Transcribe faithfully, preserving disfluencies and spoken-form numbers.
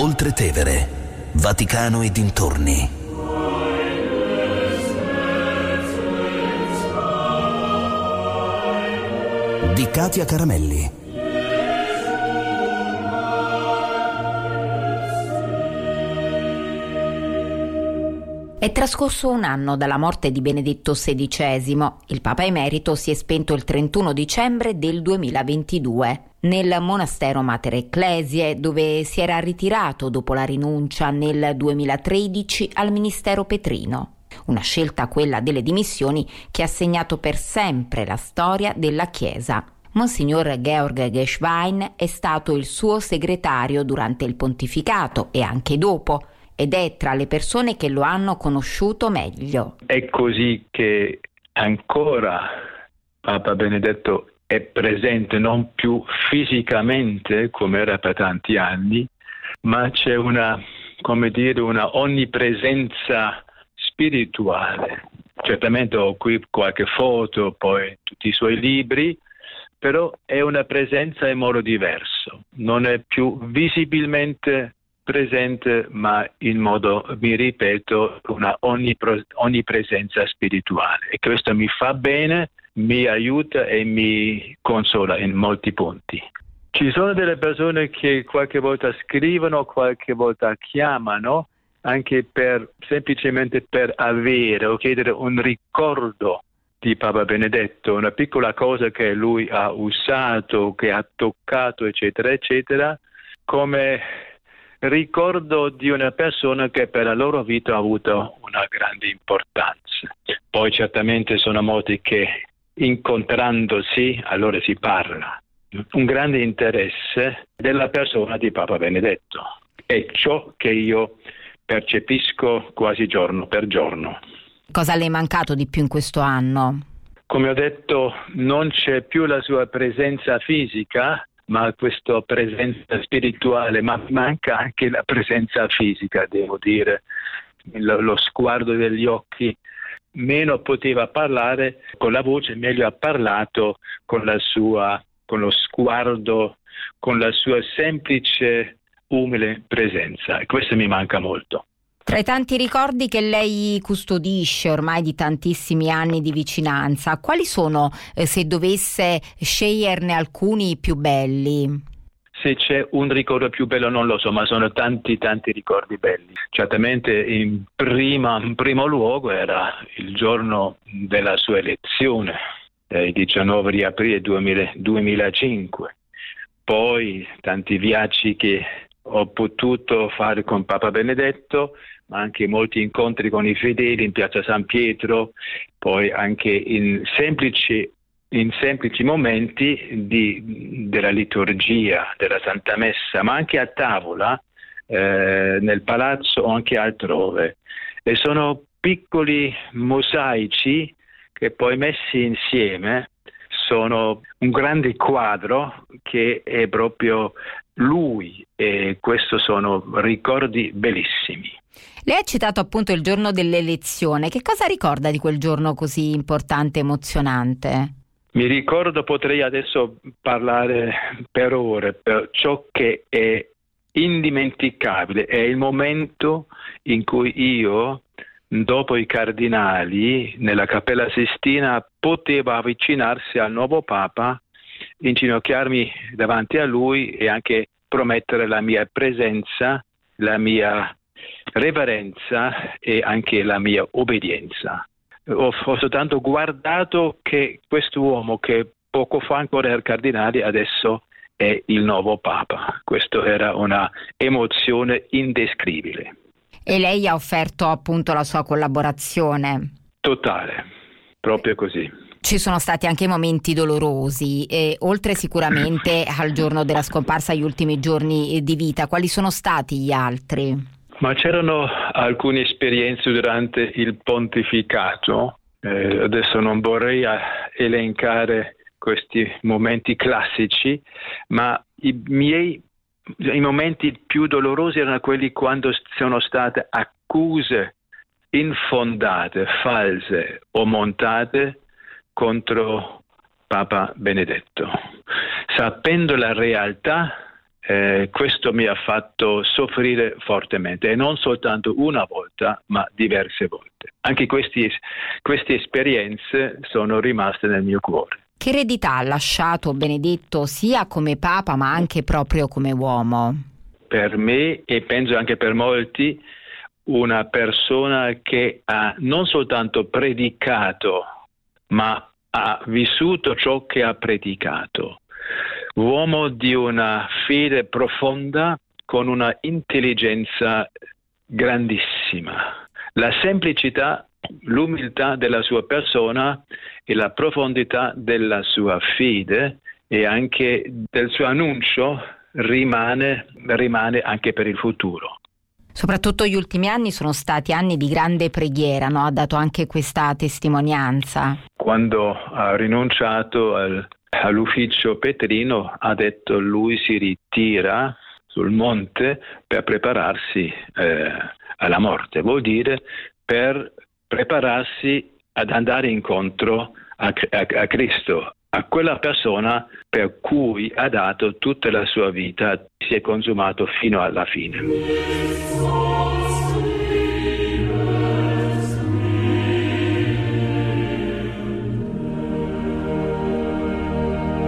Oltre Tevere, Vaticano e dintorni. Di Katia Caramelli. È trascorso un anno dalla morte di Benedetto sedicesimo. Il Papa Emerito si è spento il trentuno dicembre del duemilaventidue nel monastero Mater Ecclesiae, dove si era ritirato dopo la rinuncia nel duemilatredici al ministero petrino. Una scelta, quella delle dimissioni, che ha segnato per sempre la storia della Chiesa. Monsignor Georg Geschwein è stato il suo segretario durante il pontificato e anche dopo, ed è tra le persone che lo hanno conosciuto meglio. È così che ancora Papa Benedetto è presente, non più fisicamente come era per tanti anni, ma c'è una, come dire, una onnipresenza spirituale. Certamente ho qui qualche foto, poi tutti i suoi libri, però è una presenza in modo diverso, non è più visibilmente presente, ma in modo, mi ripeto, una onnipre- onnipresenza spirituale, e questo mi fa bene, mi aiuta e mi consola in molti punti. Ci sono delle persone che qualche volta scrivono, qualche volta chiamano, anche per semplicemente per avere o chiedere un ricordo di Papa Benedetto, una piccola cosa che lui ha usato, che ha toccato, eccetera, eccetera, come ricordo di una persona che per la loro vita ha avuto una grande importanza. Poi certamente sono molti che incontrandosi allora si parla. Un grande interesse della persona di Papa Benedetto è ciò che io percepisco quasi giorno per giorno. Cosa le è mancato di più in questo anno? Come ho detto, non c'è più la sua presenza fisica, ma questa presenza spirituale, ma manca anche la presenza fisica, devo dire, lo, lo sguardo degli occhi. Meno poteva parlare con la voce, meglio ha parlato con la sua, con lo sguardo, con la sua semplice, umile presenza, e questo mi manca molto. Tra i tanti ricordi che lei custodisce ormai di tantissimi anni di vicinanza, quali sono, eh, se dovesse sceglierne alcuni, più belli? Se c'è un ricordo più bello non lo so, ma sono tanti tanti ricordi belli. Certamente in, prima, in primo luogo era il giorno della sua elezione, eh, il diciannove di aprile duemilacinque. Poi tanti viaggi che ho potuto fare con Papa Benedetto, ma anche molti incontri con i fedeli in piazza San Pietro, poi anche in semplici, in semplici momenti di, della liturgia, della Santa Messa, ma anche a tavola, eh, nel palazzo o anche altrove. E sono piccoli mosaici che poi messi insieme sono un grande quadro che è proprio lui, e questo sono ricordi bellissimi. Lei ha citato appunto il giorno dell'elezione. Che cosa ricorda di quel giorno così importante e emozionante? Mi ricordo, potrei adesso parlare per ore, per ciò che è indimenticabile, è il momento in cui io, dopo i cardinali, nella Cappella Sistina, potevo avvicinarsi al nuovo Papa, inginocchiarmi davanti a lui e anche promettere la mia presenza, la mia reverenza e anche la mia obbedienza. Ho, ho soltanto guardato che quest'uomo che poco fa ancora era cardinale adesso è il nuovo Papa. Questa era una emozione indescrivibile. E lei ha offerto appunto la sua collaborazione? Totale, proprio così. Ci sono stati anche momenti dolorosi, e oltre sicuramente al giorno della scomparsa, gli ultimi giorni di vita, quali sono stati gli altri? Ma c'erano alcune esperienze durante il pontificato, eh, adesso non vorrei elencare questi momenti classici, ma i miei i momenti più dolorosi erano quelli quando sono state accuse infondate, false o montate contro Papa Benedetto. Sapendo la realtà, eh, questo mi ha fatto soffrire fortemente, e non soltanto una volta, ma diverse volte. Anche questi, queste esperienze sono rimaste nel mio cuore. Che eredità ha lasciato Benedetto sia come Papa ma anche proprio come uomo? Per me, e penso anche per molti, una persona che ha non soltanto predicato, ma ha vissuto ciò che ha predicato. Uomo di una fede profonda, con una intelligenza grandissima. La semplicità, l'umiltà della sua persona e la profondità della sua fede e anche del suo annuncio rimane, rimane anche per il futuro. Soprattutto gli ultimi anni sono stati anni di grande preghiera, no? Ha dato anche questa testimonianza. Quando ha rinunciato al, all'ufficio petrino, ha detto lui si ritira sul monte per prepararsi eh, alla morte. Vuol dire per prepararsi ad andare incontro a, a, a Cristo, a quella persona per cui ha dato tutta la sua vita, si è consumato fino alla fine.